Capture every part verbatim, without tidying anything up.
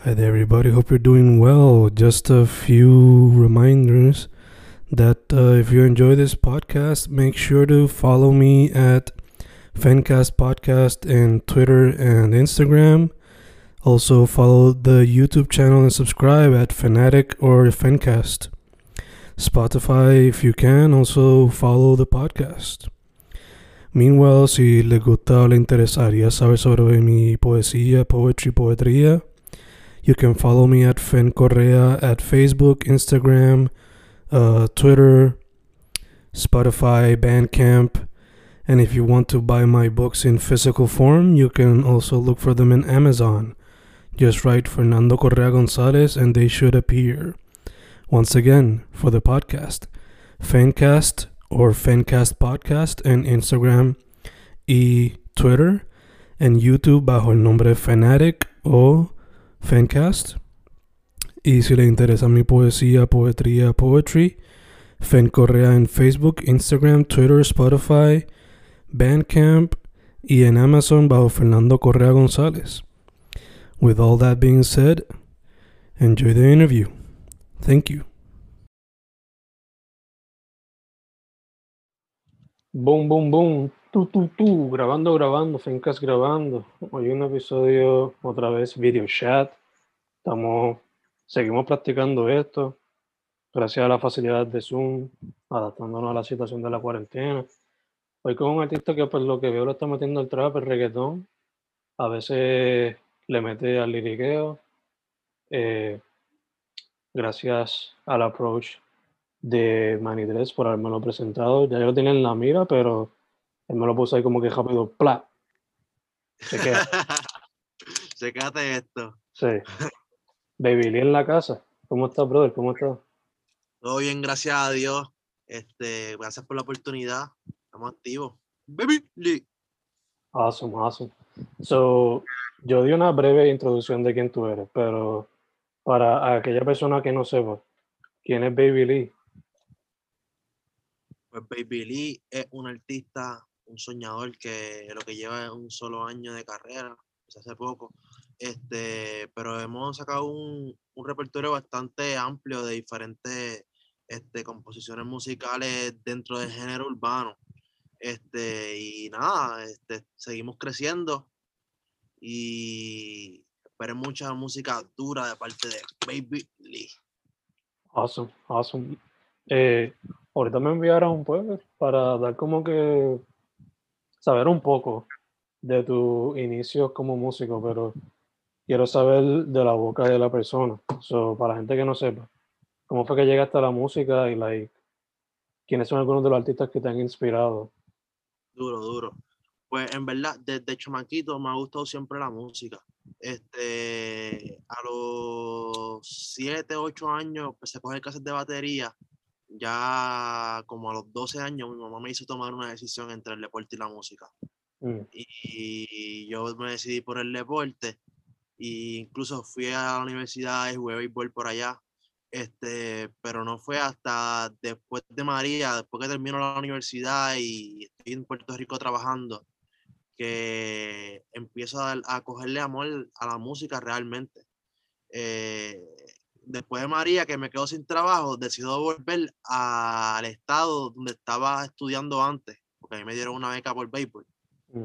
Hi there, everybody. Hope you're doing well. Just a few reminders that uh, if you enjoy this podcast, make sure to follow me at Fencast Podcast in Twitter and Instagram. Also, follow the YouTube channel and subscribe at Fanatic or Fencast. Spotify, if you can, also follow the podcast. Meanwhile, si les gusta o le interesaría saber sobre mi poesía, poetry, poetría, you can follow me at Fen Correa at Facebook, Instagram, uh, Twitter, Spotify, Bandcamp. And if you want to buy my books in physical form, you can also look for them in Amazon. Just write Fernando Correa Gonzalez and they should appear. Once again, for the podcast, Fencast or Fencast Podcast en Instagram y Twitter, en YouTube bajo el nombre Fanatic o Fencast. Y si le interesa mi poesía, poetría, poetry, Fen Correa en Facebook, Instagram, Twitter, Spotify, Bandcamp y en Amazon bajo Fernando Correa González. With all that being said, enjoy the interview. Thank you. Boom, boom, boom. Tú, tú, tú. Grabando, grabando. Fencast grabando. Hoy un episodio, otra vez, video chat. Estamos, seguimos practicando esto. Gracias a la facilidad de Zoom, adaptándonos a la situación de la cuarentena. Hoy con un artista que, por lo que veo, lo está metiendo el trap, el reggaetón. A veces le mete al liriqueo. Eh, gracias al approach de Manny Dress por haberme presentado. Ya yo lo tenía en la mira, pero él me lo puso ahí como que rápido, ¡plá! Chequea. Checate esto. Sí. Baby Lee en la casa. ¿Cómo estás, brother? ¿Cómo estás? Todo bien, gracias a Dios. Este, gracias por la oportunidad. Estamos activos. Baby Lee. Awesome, awesome. So, yo di una breve introducción de quién tú eres, pero para aquella persona que no sepa, ¿quién es Baby Lee? Pues Baby Lee es un artista, un soñador que lo que lleva es un solo año de carrera, pues hace poco. Este, pero hemos sacado un, un repertorio bastante amplio de diferentes este, composiciones musicales dentro del género urbano. Este, y nada, este, seguimos creciendo y esperen mucha música dura de parte de Baby Lee. Awesome, awesome. Eh, ahorita me enviaron pues para dar como que saber un poco de tus inicios como músico, pero quiero saber de la boca de la persona. So, para la gente que no sepa, ¿cómo fue que llegaste a la música y like, quiénes son algunos de los artistas que te han inspirado? Duro, duro. Pues en verdad, desde chamaquito me ha gustado siempre la música. Este, a los siete ocho años empecé a coger clases de batería. Ya como a los doce años mi mamá me hizo tomar una decisión entre el deporte y la música. Mm. Y yo me decidí por el deporte. E incluso fui a la universidad y jugué béisbol por allá. Este, pero no fue hasta después de María, después que termino la universidad y estoy en Puerto Rico trabajando, que empiezo a, a cogerle amor a la música realmente. Eh, después de María, que me quedo sin trabajo, decido volver al estado donde estaba estudiando antes, porque a mí me dieron una beca por béisbol. Mm.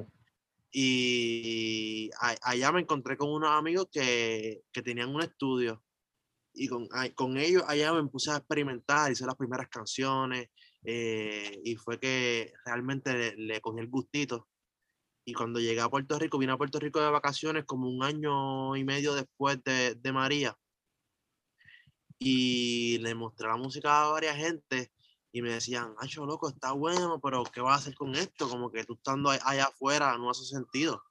Y a, allá me encontré con unos amigos que, que tenían un estudio. Y con, con ellos allá me puse a experimentar, hice las primeras canciones. Eh, y fue que realmente le, le cogí el gustito. Y cuando llegué a Puerto Rico, vine a Puerto Rico de vacaciones como un año y medio después de, de María. Y le mostré la música a varias gente y me decían, Acho, loco, está bueno, pero ¿qué vas a hacer con esto? Como que tú estando allá afuera no hace sentido.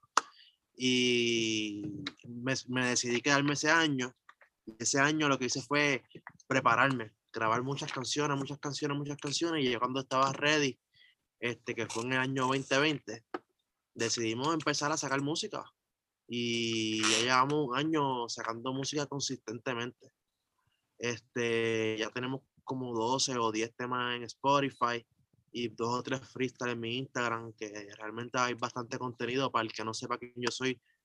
Y me, me decidí quedarme ese año. Y ese año lo que hice fue prepararme, grabar muchas canciones, muchas canciones, muchas canciones. Y yo cuando estaba ready, este, que fue en el año veinte veinte, decidimos empezar a sacar música. Y ya llevamos un año sacando música consistentemente. Este, ya tenemos como doce o diez temas en Spotify y dos o tres freestyles en mi Instagram, que realmente hay bastante contenido. Para el que no sepa quién yo soy,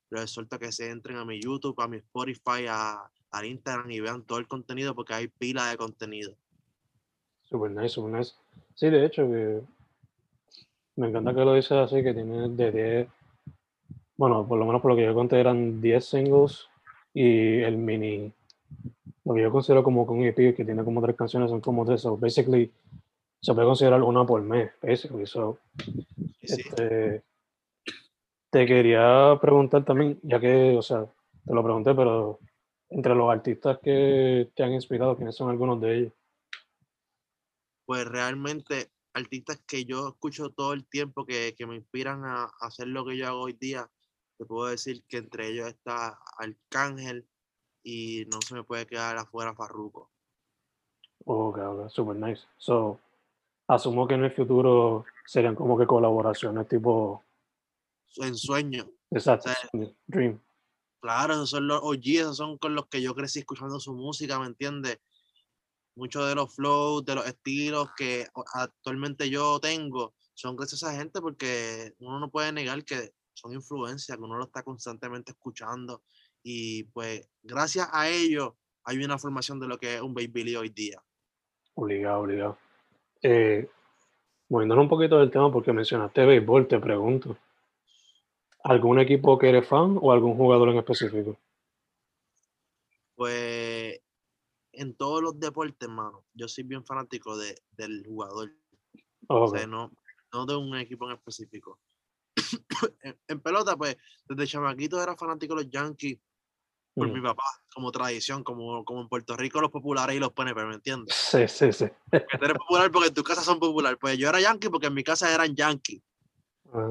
los exhorto a que se entren a mi YouTube, a mi Spotify, a, al Instagram y vean todo el contenido porque hay pila de contenido. Super nice, super nice. Sí, de hecho, que me encanta que lo dices así, que tiene de diez, bueno, por lo menos por lo que yo conté eran diez singles y el mini, lo que yo considero como que un E P que tiene como tres canciones son como tres, so basically se puede considerar una por mes, basically, so, Sí, sí. este, te quería preguntar también, ya que, o sea, te lo pregunté, pero entre los artistas que te han inspirado, ¿quiénes son algunos de ellos? Pues realmente artistas que yo escucho todo el tiempo que, que me inspiran a, a hacer lo que yo hago hoy día, te puedo decir que entre ellos está Arcángel y no se me puede quedar afuera Farruko. Ok, ok, super nice. So, asumo que en el futuro serían como que colaboraciones tipo, En sueño. O exacto, sea, sueño, Dream. claro, esos son los O G, esos son con los que yo crecí escuchando su música, ¿me entiendes? Muchos de los flows, de los estilos que actualmente yo tengo, son gracias a esa gente porque uno no puede negar que son influencias, que uno lo está constantemente escuchando y pues gracias a ellos hay una formación de lo que es un Baby Lee hoy día. Obligado, obligado. Eh, Moviéndonos un poquito del tema porque mencionaste béisbol, te pregunto, ¿algún equipo que eres fan o algún jugador en específico? Pues en todos los deportes, hermano, yo soy bien fanático de, del jugador, o sea, Ok. no, no de un equipo en específico. en, en pelota, pues, desde chamaquito era fanático de los Yankees por Mm. mi papá, como tradición, como, como en Puerto Rico los populares y los P N P, ¿me entiendes? Sí, sí, sí. Que tú eres popular porque en tu casa son populares. Pues yo era Yankee porque en mi casa eran Yankees. Ah,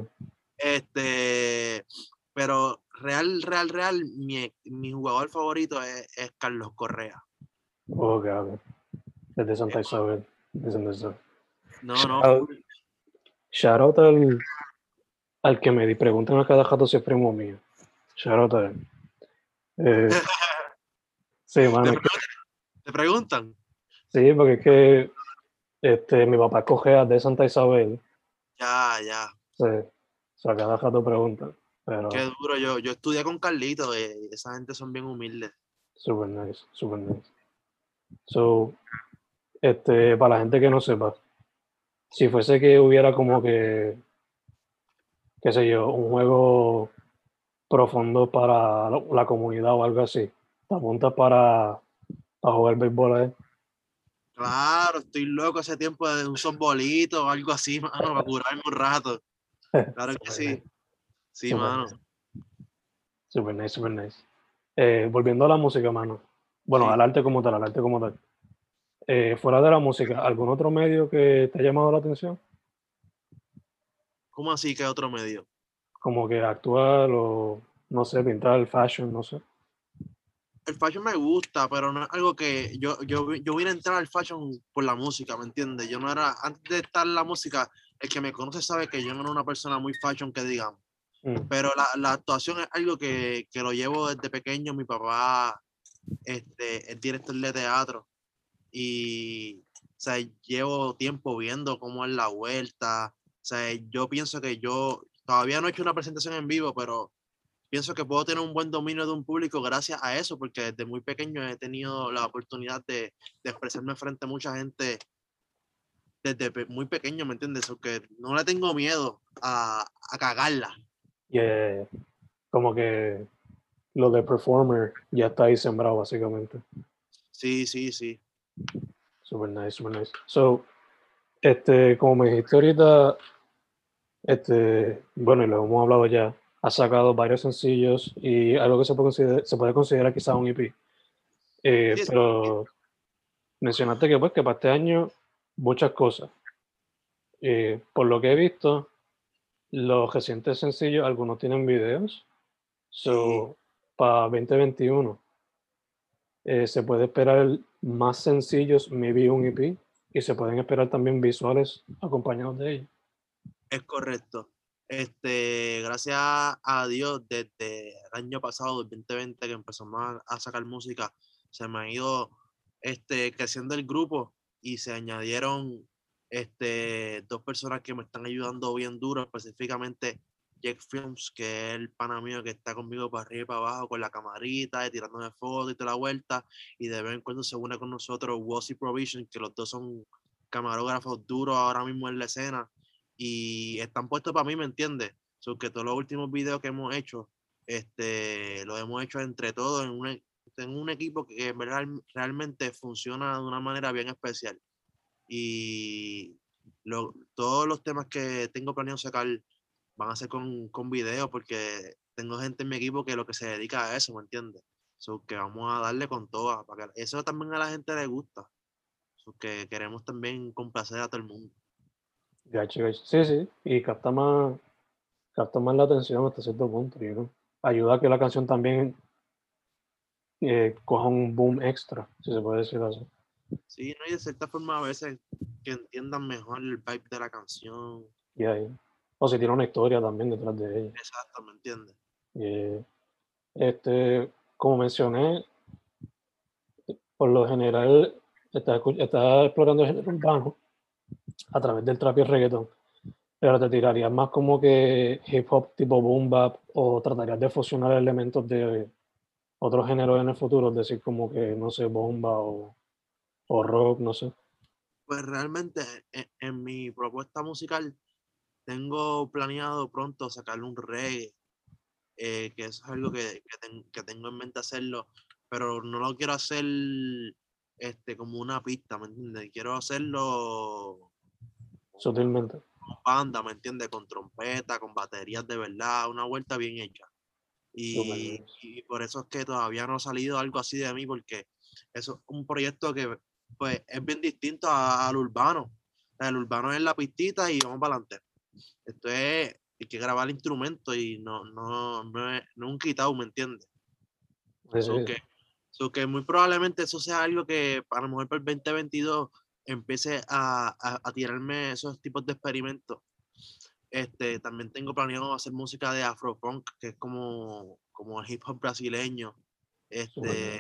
Este, pero real, real, real, mi, mi jugador favorito es, es Carlos Correa. ok, ok. Desde Santa Eh, Isabel. Desde Santa Isabel. No, Shout no, out, full. shout out al, al que me di- preguntan a cada rato si es primo mío. Shout out a él. Eh, sí, ¿Te, mano, es que, preguntan, ¿Te preguntan? sí, porque es que este, mi papá coge de Santa Isabel. Ya, ya. Sí, o sea, a cada rato preguntan. Qué Pero duro. Yo, yo estudié con Carlito eh, y esa gente son bien humildes. super nice, super nice. So, este, para la gente que no sepa, si fuese que hubiera como que, qué sé yo, un juego profundo para la, la comunidad o algo así, te apuntas para, para jugar béisbol ahí. Claro, estoy loco hace tiempo de un softbolito o algo así, mano, para curarme un rato. Claro que Super sí. nice, Sí, super mano. nice, super nice, super nice. Eh, volviendo a la música, mano. Bueno, Sí. al arte como tal, al arte como tal. Eh, fuera de la música, ¿algún otro medio que te ha llamado la atención? ¿Cómo así que otro medio? Como que actuar o, no sé, pintar, fashion, no sé. El fashion me gusta, pero no es algo que yo, yo, yo vine a entrar al fashion por la música, ¿me entiendes? Yo no era, antes de estar en la música, el que me conoce sabe que yo no era una persona muy fashion que digamos. Mm, Pero la, la actuación es algo que, que lo llevo desde pequeño. Mi papá este, es director de teatro y o sea, llevo tiempo viendo cómo es la vuelta. O sea, yo pienso que yo todavía no he hecho una presentación en vivo, pero pienso que puedo tener un buen dominio de un público gracias a eso, porque desde muy pequeño he tenido la oportunidad de, de expresarme frente a mucha gente desde pe- muy pequeño, ¿me entiendes? Porque no le tengo miedo a, a cagarla. y eh, como que lo de performer ya está ahí sembrado, básicamente. Sí, sí, sí. Super nice, super nice. So, este, como me dijiste ahorita, este, bueno, y lo hemos hablado ya, ha sacado varios sencillos y algo que se puede considerar, se puede considerar quizás un E P. Eh, Sí, es- pero mencionaste que pues que para este año muchas cosas. Eh, por lo que he visto, los recientes sencillos, algunos tienen videos. sí, So, para veinte veintiuno eh, se puede esperar más sencillos, maybe un E P, y se pueden esperar también visuales acompañados de ellos. es correcto. Este, gracias a Dios, desde el año pasado, del dos mil veinte, que empezamos a, a sacar música, se me ha ido este, creciendo el grupo y se añadieron este, dos personas que me están ayudando bien duro, específicamente Jake Films, que es el pana mío que está conmigo para arriba y para abajo con la camarita y tirándome fotos y toda la vuelta, y de vez en cuando se une con nosotros Wossi Provision, que los dos son camarógrafos duros ahora mismo en la escena, y están puestos para mí, ¿me entiendes? So, que todos los últimos videos que hemos hecho, este, los hemos hecho entre todos en un, en un equipo que en verdad realmente funciona de una manera bien especial. Y lo, todos los temas que tengo planeado sacar van a ser con, con video, porque tengo gente en mi equipo que lo que se dedica a eso, ¿me entiendes? So, que vamos a darle con todo, para que eso también a la gente le gusta, so, que queremos también complacer a todo el mundo. Gacho, gacho. Sí, sí, y capta más, capta más la atención hasta cierto punto, you know. Ayuda a que la canción también eh, coja un boom extra, si se puede decir así. Sí, no, y de cierta forma a veces que entiendan mejor el vibe de la canción. Y ahí. O si tiene una historia también detrás de ella. Exacto, ¿me entiendes? Eh, este, como mencioné, por lo general estás, está explorando el género urbano a través del trap y el reggaetón, pero te tirarías más como que hip hop tipo boom bap o tratarías de fusionar elementos de otros géneros en el futuro, es decir, como que, no sé, bomba o, o rock, no sé. Pues realmente en, en mi propuesta musical tengo planeado pronto sacarle un reggae, eh, que eso es algo que, que, ten, que, tengo en mente hacerlo, pero no lo quiero hacer este, como una pista, ¿me entiendes? Quiero hacerlo Sutilmente. como banda, ¿me entiendes? Con trompeta, con baterías de verdad, una vuelta bien hecha. Y, y, por eso es que todavía no ha salido algo así de mí, porque eso es un proyecto que pues es bien distinto a, al urbano. El urbano es la pistita y vamos para adelante. Esto es, hay que grabar el instrumento y no, no, no, es, no es un quitado, ¿me entiendes? Sí, So sí. que, so que muy probablemente eso sea algo que a lo mejor para el veinte veintidós empiece a, a, a tirarme esos tipos de experimentos. Este, también tengo planeado hacer música de afropunk, que es como, como el hip hop brasileño. Este,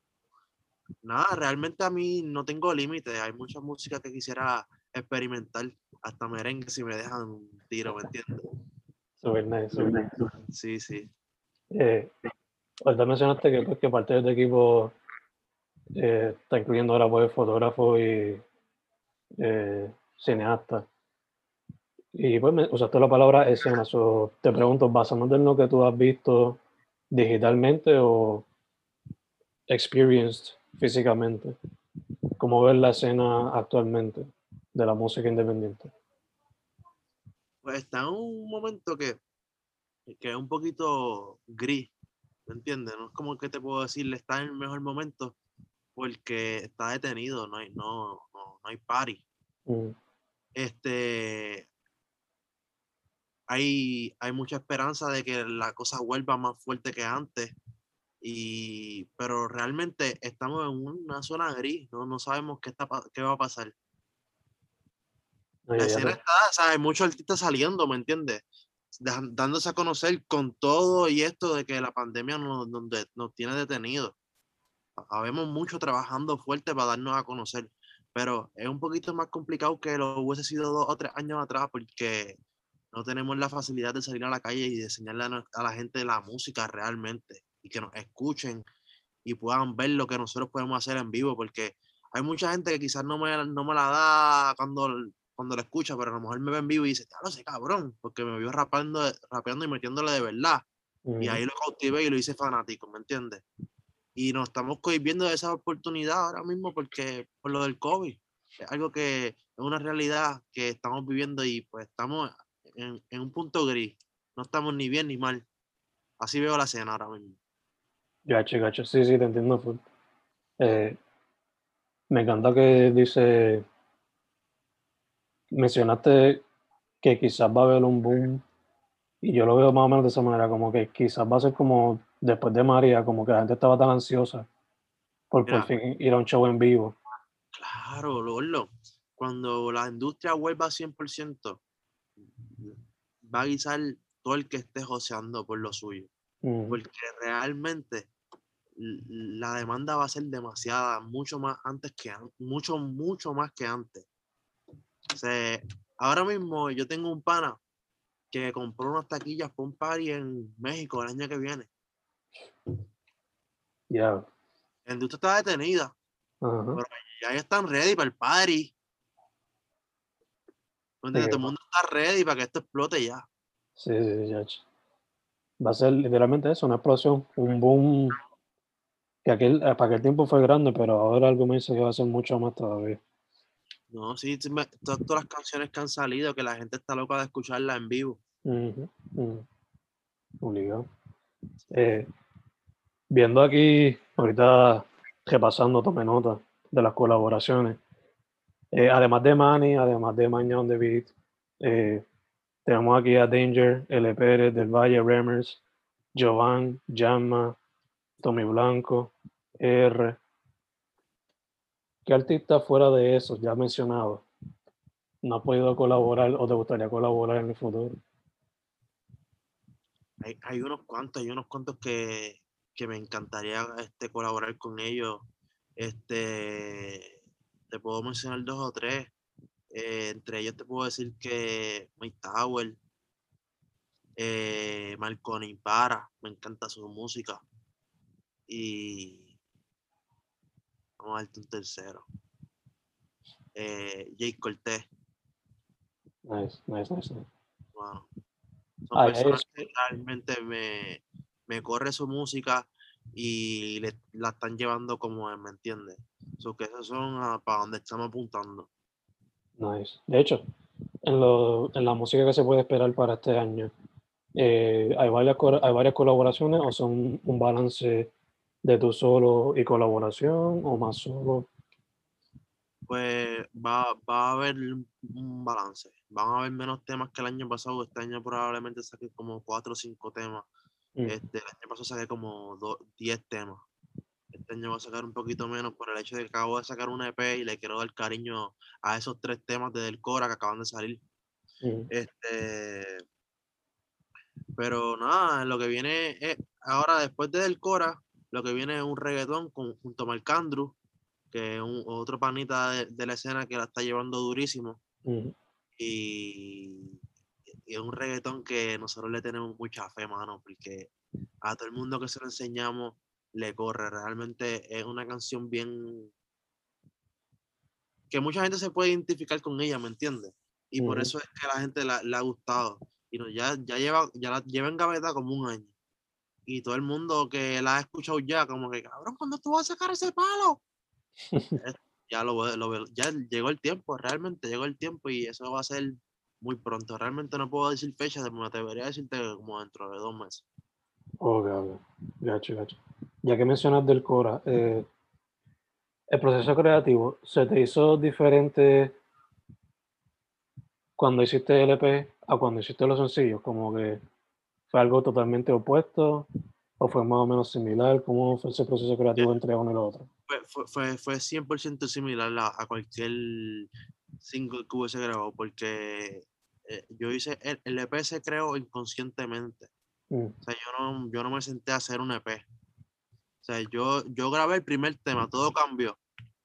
nada, realmente a mí no tengo límites. Hay mucha música que quisiera experimentar, hasta merengue si me dejan un tiro, ¿me entiendes? Super nice. Super nice. Sí, sí. Eh, ahorita mencionaste que, pues, que parte de tu equipo eh, está incluyendo ahora pues fotógrafo y eh, cineasta. Y pues me usaste la palabra escena. So, te pregunto, basándote en lo que tú has visto digitalmente o experienced físicamente, ¿cómo ves la escena actualmente de la música independiente? Pues está en un momento que, que es un poquito gris, ¿me entiendes? No es como que te puedo decirle, está en el mejor momento porque está detenido, no hay, no, no, no hay party. Mm. Este, hay, hay mucha esperanza de que la cosa vuelva más fuerte que antes, y, pero realmente estamos en una zona gris, no, no sabemos qué, está, qué va a pasar. No, La ya, ya escena te- está, o sea, hay muchos artistas saliendo, ¿me entiendes? Dan- dándose a conocer con todo y esto de que la pandemia nos, nos, de- nos tiene detenidos. Habemos mucho trabajando fuerte para darnos a conocer, pero es un poquito más complicado que lo hubiese sido dos o tres años atrás, porque no tenemos la facilidad de salir a la calle y de enseñarle a, no- a la gente la música realmente, y que nos escuchen y puedan ver lo que nosotros podemos hacer en vivo, porque hay mucha gente que quizás no me, no me la da cuando, cuando la escucha, pero a lo mejor me ve en vivo y dice, claro, ese cabrón, porque me vio rapeando, rapeando y metiéndole de verdad. Y mm. ahí lo cautivé y lo hice fanático, ¿me entiendes? Y nos estamos cohibiendo de esa oportunidad ahora mismo porque por lo del COVID. Es algo que es una realidad que estamos viviendo, y pues estamos en, en un punto gris. No estamos ni bien ni mal. Así veo la escena ahora mismo. Gacho, gacho, sí, sí, te entiendo full. Eh, me encanta que dice, mencionaste que quizás va a haber un boom, y yo lo veo más o menos de esa manera, como que quizás va a ser como después de María, como que la gente estaba tan ansiosa por por Mira, fin ir a un show en vivo. claro, Lolo. Cuando la industria vuelva a cien por ciento, va a guisar todo el que esté joseando por lo suyo. Mm. Porque realmente la demanda va a ser demasiada, mucho más antes que antes, mucho, mucho más que antes. O sea, ahora mismo yo tengo un pana que compró unas taquillas para un party en México el año que viene. Ya. La industria está detenida, Ajá. pero ya están ready para el party. ¿Me entiendes? Sí, Todo el mundo está ready para que esto explote ya. sí, sí, ya. Va a ser literalmente eso, una explosión, un boom que aquel, eh, para aquel tiempo fue grande, pero ahora algo me dice que va a ser mucho más todavía. No, sí, sí me- todas, todas las canciones que han salido, que la gente está loca de escucharlas en vivo. Ujú, ujú. Obligado. Eh, viendo aquí, ahorita repasando, tomé nota de las colaboraciones. Eh, además de Manny, además de Maña on the Beat, eh, tenemos aquí a Danger, L. Pérez, Del Valle, Remers, Jovan, Jamma, Tommy Blanco, R. ¿Qué artista fuera de esos ya mencionados no ha podido colaborar o te gustaría colaborar en el futuro? Hay, hay unos cuantos, hay unos cuantos que, que me encantaría este, colaborar con ellos. Este, te puedo mencionar dos o tres. Eh, entre ellos te puedo decir que Mike Tower, eh, Marconi Para, me encanta su música. Y vamos a darte un tercero. Eh, Jay Cortés, Nice, nice, nice, nice. bueno, son Ay, personas eso, que realmente me, me corre su música y le, la están llevando como es, ¿me entiendes? So que esos son ah, para donde estamos apuntando. nice. De hecho, en, lo, en la música que se puede esperar para este año, eh, ¿hay varias, co- hay varias colaboraciones o son un balance de tú solo y colaboración o más solo? Pues va, va a haber un balance. Van a haber menos temas que el año pasado. Este año probablemente saqué como cuatro o cinco temas. Mm, Este, el año pasado saqué como do- diez temas. Este año voy a sacar un poquito menos por el hecho de que acabo de sacar un E P y le quiero dar cariño a esos tres temas de Del Cora que acaban de salir. mm, Este, pero nada, lo que viene es, ahora después de Del Cora, lo que viene es un reggaetón con, junto a Marcandru, que es un, otro panita de, de la escena que la está llevando durísimo. mm, Y, y es un reggaetón que nosotros le tenemos mucha fe, mano, porque a todo el mundo que se lo enseñamos le corre. Realmente es una canción bien que mucha gente se puede identificar con ella, ¿me entiendes? Y por mm. eso es que a la gente la- le ha gustado. Y no, ya, ya lleva, ya la lleva en gaveta como un año. Y todo el mundo que la ha escuchado ya, como que, cabrón, ¿cuándo tú vas a sacar ese palo? Eh, Ya lo, veo- lo veo- ya llegó el tiempo, realmente llegó el tiempo y eso va a ser muy pronto. Realmente no puedo decir fecha, me atrevería a decirte como dentro de dos meses. Ok, ok. Gacho, gacho. Ya que mencionas del Cora, eh, el proceso creativo, ¿se te hizo diferente cuando hiciste el E P a cuando hiciste los sencillos? Como que fue algo totalmente opuesto o fue más o menos similar. ¿Cómo fue ese proceso Eh, creativo entre uno y el otro? Fue, fue, fue, fue cien por ciento similar a, a cualquier single que hubiese grabado, porque eh, yo hice, el, el E P se creó inconscientemente. Mm, O sea, yo no, yo no me senté a hacer un E P. O sea, yo, yo grabé el primer tema, todo cambió.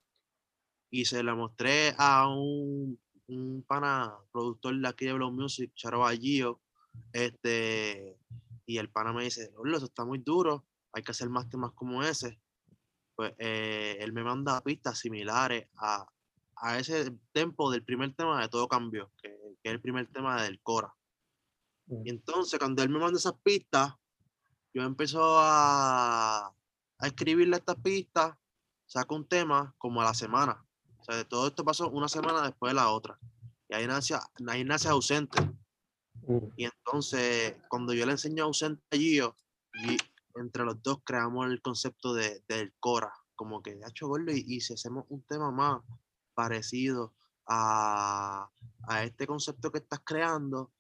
Y se lo mostré a un, un pana productor de aquí de Blow Music, Charo Gio, este, y el pana me dice, "Orlo, eso está muy duro, hay que hacer más temas como ese". Pues eh, él me manda pistas similares a, a ese tempo del primer tema de Todo Cambió, que, que es el primer tema del Cora. mm, Y entonces, cuando él me manda esas pistas, yo empiezo a, a escribirle estas pistas, saco un tema como a la semana. O sea, de todo esto pasó una semana después de la otra. Y ahí nace, ahí nace Ausente. mm, Y entonces, cuando yo le enseño Ausente a Gio, y entre los dos creamos el concepto de, del Cora. Como que, hecho gordo, y, y si hacemos un tema más parecido a, a este concepto que estás creando,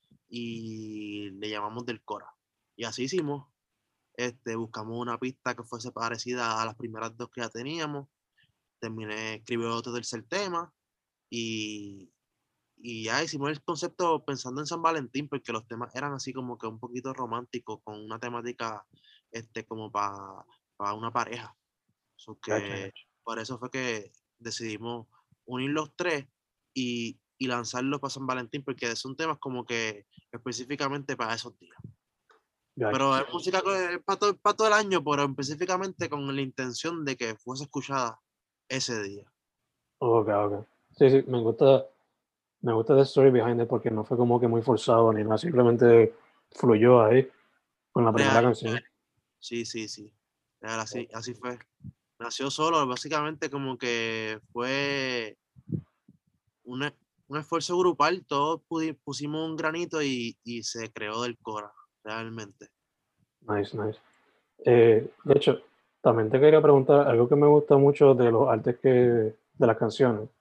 y le llamamos del Cora. Y así hicimos. Este, buscamos una pista que fuese parecida a las primeras dos que ya teníamos. Terminé, escribí otro tercer tema y, y ya hicimos el concepto pensando en San Valentín, porque los temas eran así como que un poquito románticos, con una temática este, como para pa una pareja. So gacho, que gacho. por eso fue que decidimos unir los tres y y lanzarlo para San Valentín, porque son temas como que específicamente para esos días. Gotcha. Pero es música que- para todo, para todo el año, pero específicamente con la intención de que fuese escuchada ese día. Ok, ok. Sí, sí, me gusta, me gusta the story behind it porque no fue como que muy forzado ni nada, simplemente fluyó ahí con la primera Real, canción. sí, sí, sí. Real, así, así fue. Nació solo, básicamente como que fue una- un esfuerzo grupal, todos pudi- pusimos un granito y, y se creó del Cora, realmente. Nice, nice. Eh, de hecho, también te quería preguntar algo que me gusta mucho de los artes que, de las canciones.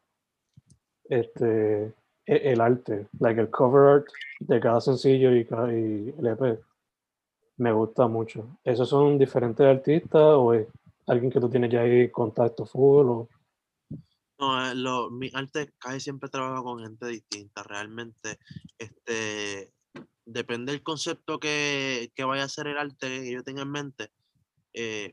Este, e- el arte, like el cover art de cada sencillo y, cada, y el E P, me gusta mucho. ¿Esos son diferentes artistas o es alguien que tú tienes ya ahí contacto full? O, No, eh, lo, mi arte casi siempre trabajo con gente distinta, realmente. Este, depende del concepto que, que vaya a ser el arte que yo tenga en mente. eh,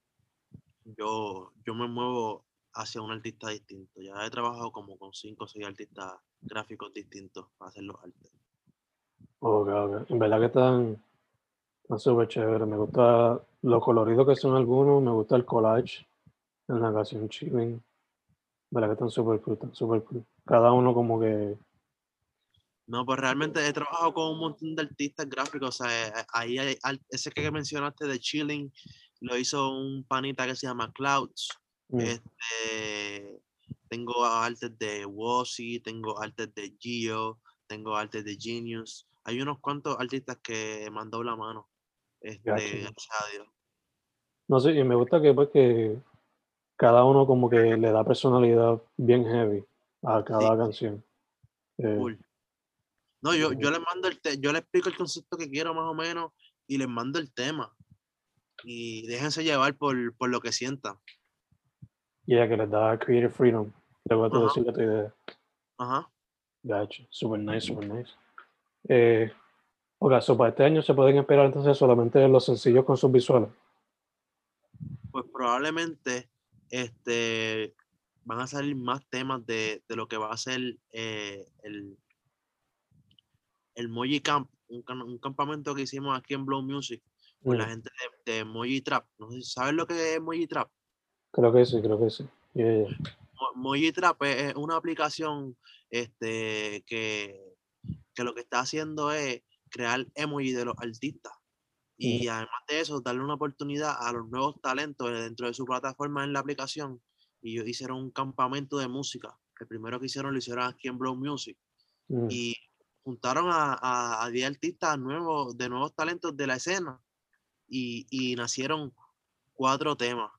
yo, yo me muevo hacia un artista distinto. Ya he trabajado como con cinco o seis artistas gráficos distintos para hacer los artes. ok, ok. En verdad que están, están súper chéveres. Me gusta lo colorido que son algunos, me gusta el collage en la canción Chilling. En verdad que están súper cool, están súper cool. Cada uno como que, No, pues realmente he trabajado con un montón de artistas gráficos. O sea, eh, ahí hay, al- ese que mencionaste de Chilling lo hizo un panita que se llama Clouds. mm, Este, tengo artes de Wozzy, tengo artes de Gio, tengo artes de Genius. Hay unos cuantos artistas que me han dado la mano. gacho. Este, gracias a Dios. No sé, y me gusta que, pues, que cada uno como que le da personalidad bien heavy a Sí, cada canción. Eh, full. No, yo, yo les mando el te- yo les explico el concepto que quiero más o menos y les mando el tema. Y déjense llevar por, por lo que sientan. yeah, que les da creative freedom. Luego tú Ajá, decirle tu idea. ajá. Gacho, super nice, super nice. Eh, ok, so para este año se pueden esperar entonces solamente los sencillos con sus visuales. Pues probablemente este, van a salir más temas de, de lo que va a ser eh, el, el Moji Camp, un, cam- un campamento que hicimos aquí en Blow Music con la Mm, gente de, de Moji Trap. No sé si sabes lo que es Moji Trap. creo que sí, creo que sí. Yeah, yeah. Mo- Moji Trap es es una aplicación este, que, que lo que está haciendo es crear emoji de los artistas. Mm, Y además de eso, darle una oportunidad a los nuevos talentos dentro de su plataforma en la aplicación. Y ellos hicieron un campamento de música. El primero que hicieron lo hicieron aquí en Blow Music. mm. Y juntaron a, a, a diez artistas nuevos, de nuevos talentos de la escena. Y, y nacieron cuatro temas.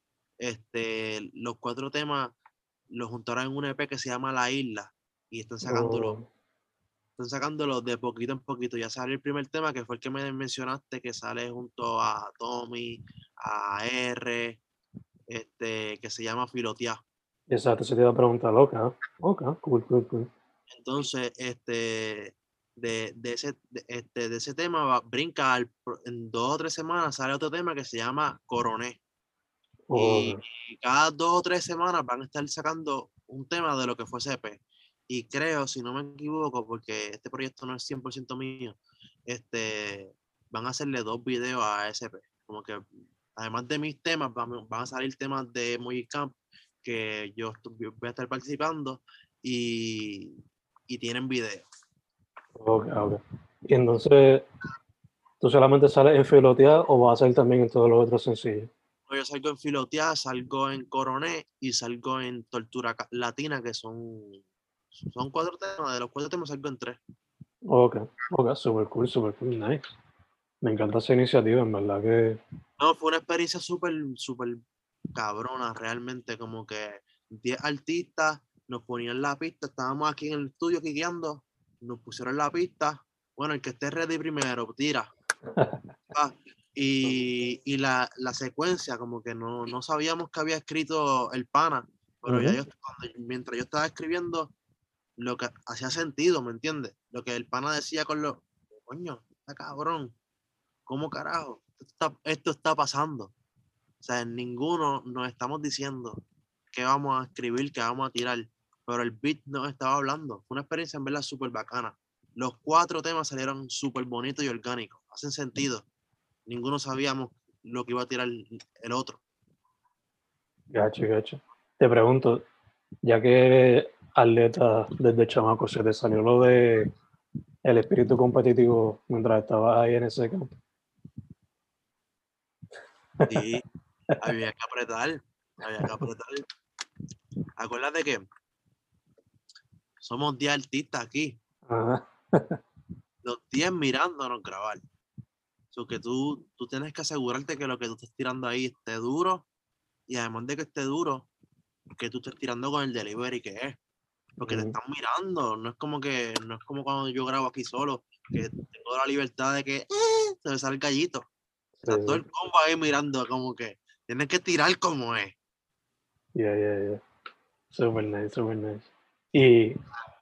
Este, los cuatro temas los juntaron en un E P que se llama La Isla. Y están sacándolo Oh, están sacándolo de poquito en poquito. Ya sale el primer tema, que fue el que me mencionaste, que sale junto a Tommy, a R, este, que se llama Filotear. exacto, se te iba a preguntar, ok, ok, cool, cool, cool. Entonces, este, de, de ese, de, este, de ese tema va, brinca al, en dos o tres semanas sale otro tema que se llama Coroné. Y, Ok, y cada dos o tres semanas van a estar sacando un tema de lo que fue C P. Y creo, si no me equivoco, porque este proyecto no es cien por ciento mío, este, van a hacerle dos videos a S P. Como que, además de mis temas, van, van a salir temas de Moji Camp que yo, estu- yo voy a estar participando y, y tienen video. ok, ok. Y entonces, ¿tú solamente sales en filotear o vas a salir también en todos los otros sencillos? Yo salgo en Filoteada, salgo en Coroné y salgo en Tortura Ca- Latina, que son, son cuatro temas. De los cuatro temas salgo en tres. Ok, ok, super cool, super cool, nice. Me encanta esa iniciativa, en verdad que, No, fue una experiencia súper, súper cabrona, realmente, como que diez artistas nos ponían la pista, estábamos aquí en el estudio guiando, nos pusieron la pista, bueno, el que esté ready primero, tira. Ah, y y la, la secuencia, como que no, no sabíamos que había escrito el pana, pero ya ujú, yo, cuando- mientras yo estaba escribiendo, lo que hacía sentido, ¿me entiendes? Lo que el pana decía con lo, coño, está cabrón, ¿cómo carajo? Esto está, esto está pasando. O sea, en ninguno nos estamos diciendo qué vamos a escribir, qué vamos a tirar. pero el beat no estaba hablando. Fue una experiencia en verdad súper bacana. Los cuatro temas salieron súper bonitos y orgánicos, hacen sentido. Ninguno sabíamos lo que iba a tirar el, el otro. Gacho, gacho. Te pregunto, ya que eres atleta desde chamaco, ¿se te salió lo de el espíritu competitivo mientras estabas ahí en ese campo? Sí, había que apretar, había que apretar. Acuérdate que somos diez artistas aquí, Ajá. los diez mirándonos grabar. So que tú, tú tienes que asegurarte que lo que tú estés tirando ahí esté duro y además de que esté duro, que tú estés tirando con el delivery que es. Porque te Mm, están mirando, no es como que, no es como cuando yo grabo aquí solo, que tengo la libertad de que eh, se me sale el gallito. sí, Está todo sí. el combo ahí mirando, como que tienes que tirar como es. Yeah, yeah, yeah. Super nice, super nice. Y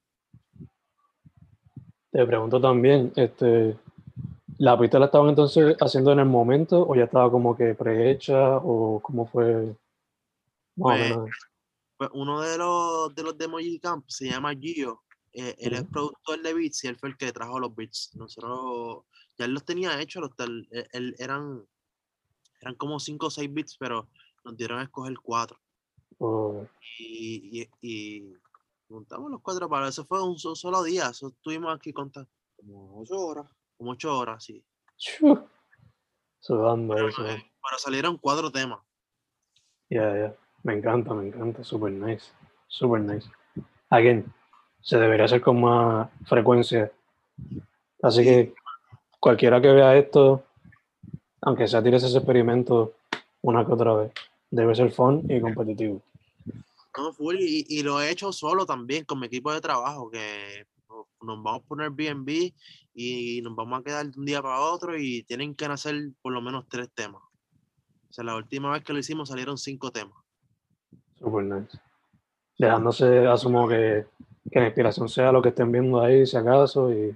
te pregunto también, este, ¿la pista la estaban entonces haciendo en el momento o ya estaba como que prehecha o cómo fue más o Pues, menos eso? pues uno de los de los de Emoji Camp se llama Gio. Eh, él es Mm, productor de beats y él fue el que trajo los beats. Nosotros ya él los tenía hechos, los tal- él- él- eran, eran como cinco o seis beats, pero nos dieron a escoger cuatro. o- Y, y, y montamos los cuatro para eso fue un so- solo día. Eso estuvimos aquí contando como ocho horas. Como ocho horas, sí. Chu, sudando Pero, ahí, sudando. pero salieron cuatro temas. Ya, ya. Me encanta, me encanta. Super nice. Super nice. Again, se debería hacer con más frecuencia. Así Sí, que cualquiera que vea esto, aunque sea tires ese experimento una que otra vez, debe ser fun y competitivo. no, full, y, y lo he hecho solo también con mi equipo de trabajo, que no- nos vamos a poner Airbnb y nos vamos a quedar de un día para otro y tienen que nacer por lo menos tres temas. O sea, la última vez que lo hicimos salieron cinco temas. Super nice. Dejándose, asumo que, que la inspiración sea lo que estén viendo ahí, si acaso, y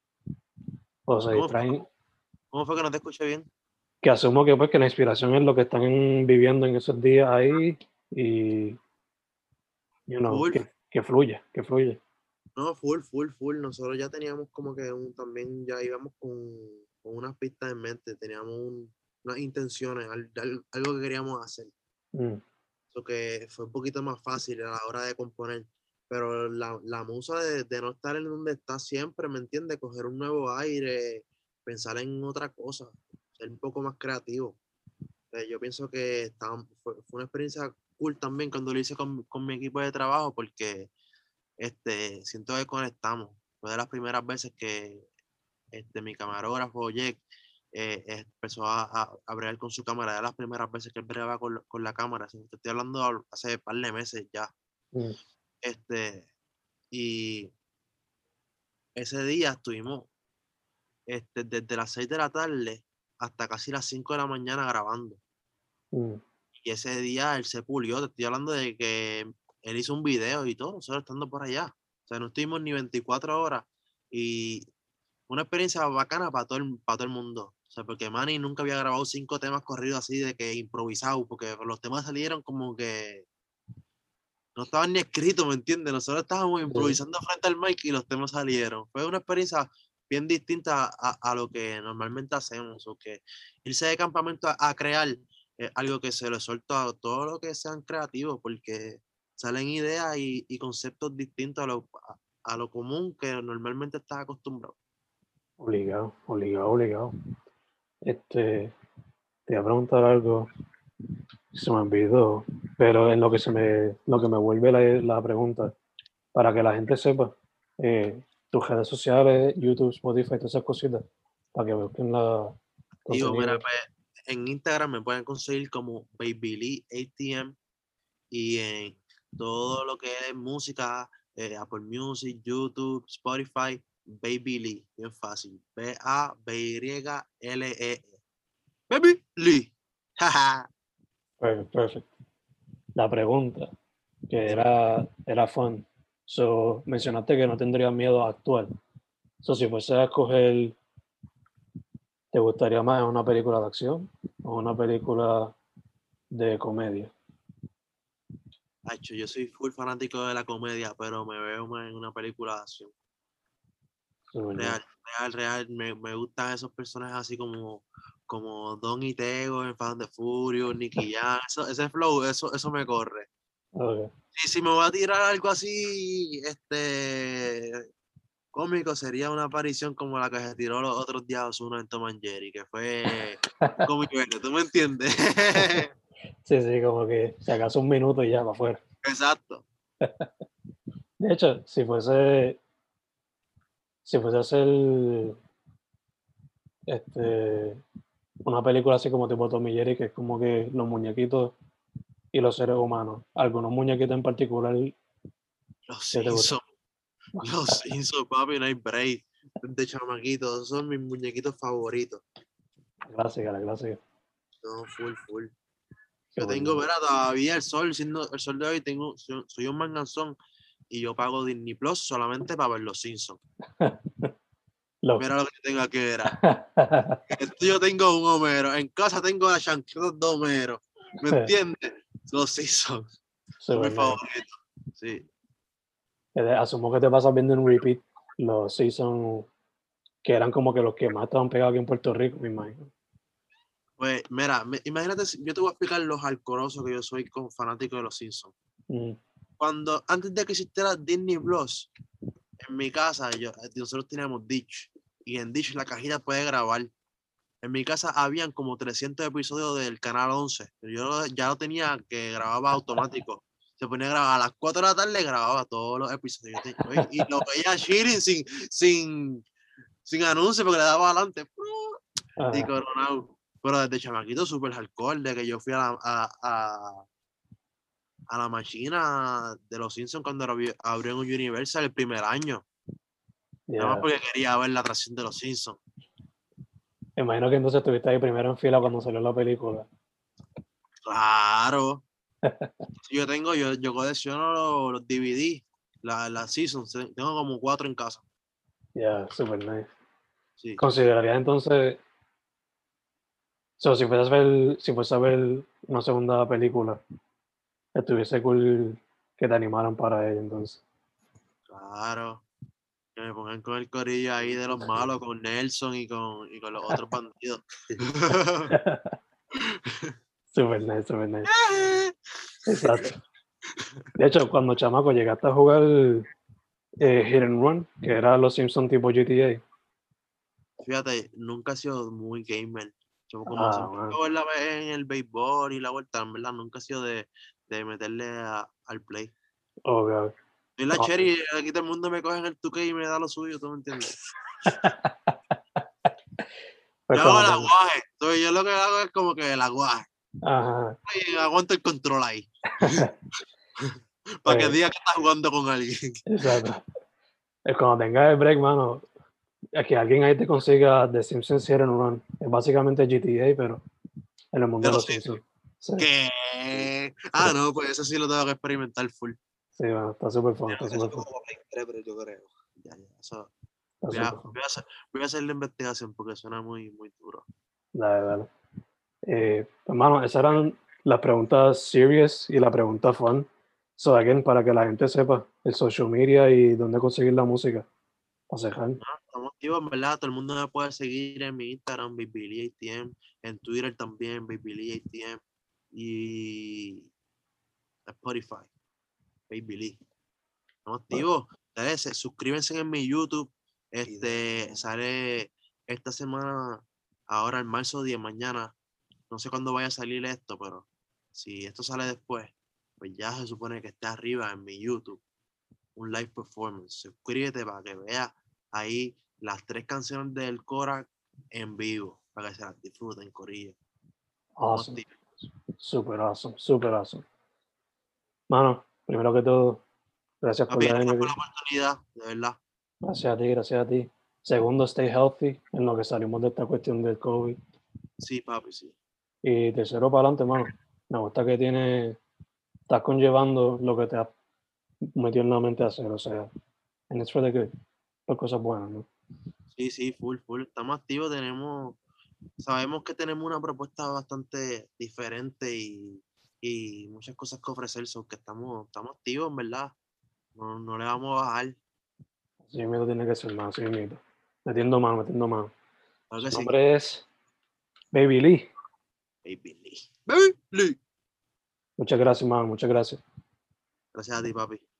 o se ¿Cómo fue, distraen. cómo fue que no te escuché bien? Que asumo que, pues, que la inspiración es lo que están viviendo en esos días ahí y, you know, Full, que, que fluya, que fluya. no, full, full, full. Nosotros ya teníamos como que un, también ya íbamos con, con unas pistas en mente, teníamos un- unas intenciones, al- al- algo que queríamos hacer. Mm, Eso que fue un poquito más fácil a la hora de componer. Pero la, la musa de, de no estar en donde está siempre, ¿me entiendes? Coger un nuevo aire, pensar en otra cosa, ser un poco más creativo. Eh, yo pienso que estaba- fue, fue una experiencia cool también cuando lo hice con, con mi equipo de trabajo porque este, siento que conectamos. Fue de las primeras veces que este, mi camarógrafo, Jack, eh, empezó a, a, a bregar con su cámara. De las primeras veces que él bregaba con, con la cámara. Te estoy hablando hace un par de meses ya. mm, Este, y ese día estuvimos este, desde las seis de la tarde hasta casi las cinco de la mañana grabando. mm. Y ese día él se pulió. Te estoy hablando de que él hizo un video y todo, nosotros estando por allá. O sea, no estuvimos ni veinticuatro horas. Y una experiencia bacana para todo el, para todo el mundo. O sea, porque Manny nunca había grabado cinco temas corridos así de que improvisado, porque los temas salieron como que no estaban ni escritos, ¿me entiendes? Nosotros estábamos Sí, improvisando frente al mic y los temas salieron. Fue una experiencia bien distinta a, a lo que normalmente hacemos, o que irse de campamento a, a crear es algo que se le suelta a todo lo que sean creativos, porque salen ideas y, y conceptos distintos a lo, a, a lo común que normalmente estás acostumbrado. obligado, obligado, obligado. Este, te iba a preguntar algo, se me olvidó, pero en lo que se me, lo que me vuelve la, la pregunta, para que la gente sepa, eh, tus redes sociales, YouTube, Spotify, todas esas cositas, para que busquen la Digo, mira, contenido. pues, en Instagram me pueden conseguir como Baby Lee A T M y en todo lo que es música, eh, Apple Music, YouTube, Spotify, Baby Lee, bien fácil. B A B Y L E E. Baby Lee. Jaja. Perfect, perfect. La pregunta, que Dime. era, era fun. So, mencionaste que no tendrías miedo a actuar. So, si fuese a escoger, ¿te gustaría más una película de acción o una película de comedia? Hacho, yo soy full fanático de la comedia, pero me veo más en una película de acción. Súper Real, nice. real, real. Me, me gustan esos personajes así como, como Don y Tego en Fast and the Furious, Nicky Jam. Eso, ese flow, eso, eso me corre. Ok. Y si me voy a tirar algo así, este cómico, sería una aparición como la que se tiró los otros días Ozuna en Tom and Jerry, que fue cómico, ¿tú me entiendes? Sí, sí, como que si acaso un minuto y ya para afuera. Exacto. De hecho, si fuese, si fuese a hacer este, una película así como tipo Tom y Jerry, que es como que los muñequitos y los seres humanos, algunos muñequitos en particular Los que te gustan. Simpsons, los Simpsons, papi, no hay break. De chamaquitos, esos son mis muñequitos favoritos. La clásica, la clásica. No, full, full. Yo Súper tengo, nice. verá, todavía el sol, siendo el sol de hoy, tengo, soy, soy un manganzón y yo pago Disney Plus solamente para ver los Simpsons. Loco. Mira lo que tengo aquí, era. Esto yo tengo un Homero, en casa tengo las chancletas de Homero, ¿me entiendes? Los Simpsons, son Súper mis nice. favoritos, sí. Eh, Asumo que te pasas viendo en repeat los seasons que eran como que los que más estaban pegados aquí en Puerto Rico, me imagino. Pues, mira, me- imagínate, si- yo te voy a explicar lo alcoroso que yo soy como fanático de los Simpsons. Mm, Cuando, antes de que existiera Disney Plus, en mi casa, yo, nosotros teníamos Dish, y en Dish la cajita puede grabar. En mi casa habían como trescientos episodios del Canal once. Yo ya lo tenía que grababa automático. Se ponía a grabar a las cuatro de la tarde, grababa todos los episodios. Y lo veía chilling sin, sin, sin anuncio porque le daba adelante. Y ajá, coronado. Pero desde chamaquito, súper hardcore, de que yo fui a la, a, a, a la máquina de los Simpsons cuando abrió abrió en Universal el primer año. Nada más yeah. porque quería ver la atracción de los Simpsons. Me imagino que entonces estuviste ahí primero en fila cuando salió la película. Claro. Yo tengo, yo, yo colecciono los, los D V D, las la seasons, tengo como cuatro en casa. Ya, yeah, super nice. Sí. ¿Considerarías entonces, so, si fueras a ver, si fueras a ver una segunda película, estuviese cool que te animaran para ella entonces? Claro. Que me pongan con el corillo ahí de los malos, con Nelson y con, y con los otros bandidos. Super nice, super nice. Exacto. De hecho, cuando chamaco llegaste a jugar eh, Hit and Run, que era los Simpsons tipo G T A. Fíjate, nunca he sido muy gamer. Yo como Ah, siempre man. juego en, la, en el béisbol y la vuelta, en verdad, nunca he sido de, de meterle a- al play. Oh, God. Soy la No. cherry, aquí todo el mundo me coge en el two K y me da lo suyo, ¿tú me entiendes? Pues Yo hago el cuando te... aguaje. Entonces, yo lo que hago es como que el aguaje. Ajá. Y aguanto el control ahí. Para que Pues, diga que estás jugando con alguien. exacto. Es cuando tengas el break, mano, es que alguien ahí te consiga The Simpsons Hit and Run. Es básicamente G T A, pero en el mundo de Pero los sí, Simpsons. Sí, ¿qué? sí, Ah, no, pues eso sí lo tengo que experimentar full. sí, bueno, está súper fun, está Eso súper como fun. para Play tres, pero yo creo. Ya, ya, eso. Está Voy a, súper fun. voy a hacer, voy a hacer la investigación porque suena muy, muy duro. Dale, dale. Eh, hermano, esas eran las preguntas serious y la pregunta fun. So, again, para que la gente sepa el social media y dónde conseguir la música. Para cejar. Ah, estamos activos, en verdad. Todo el mundo me puede seguir en mi Instagram, Baby Lee A T M, en Twitter también, Baby Lee A T M, y Spotify, Baby Lee. Estamos activos. Dale, se- suscríbanse en mi YouTube. Este sale esta semana, ahora en marzo diez, mañana. No sé cuándo vaya a salir esto, pero si esto sale después, pues ya se supone que está arriba en mi YouTube. Un live performance. Suscríbete para que veas ahí las tres canciones del Cora en vivo, para que se las disfruten, corilla. Estamos Awesome. activos. Super awesome. Super awesome. Mano, primero que todo, gracias por Papi, la gracias año. por la oportunidad, de verdad. Gracias a ti, gracias a ti. Segundo, stay healthy en lo que salimos de esta cuestión del COVID. Sí, papi, sí. Y tercero, para adelante, mano. Me gusta que tienes, estás conllevando lo que te has metido en la mente a hacer, o sea, and it's really good. Por cosas buenas, ¿no? Sí, sí, full, full. Estamos activos, tenemos, sabemos que tenemos una propuesta bastante diferente y, y muchas cosas que ofrecer, so que estamos, estamos activos, en verdad. No, no le vamos a bajar. Así mismo tiene que ser, mano, así mismo. Metiendo mano, metiendo mano. Claro Su que sí. nombre es Baby Lee. Baby Lee. Baby Lee. Muchas gracias, mano, muchas gracias. Gracias a ti, papi.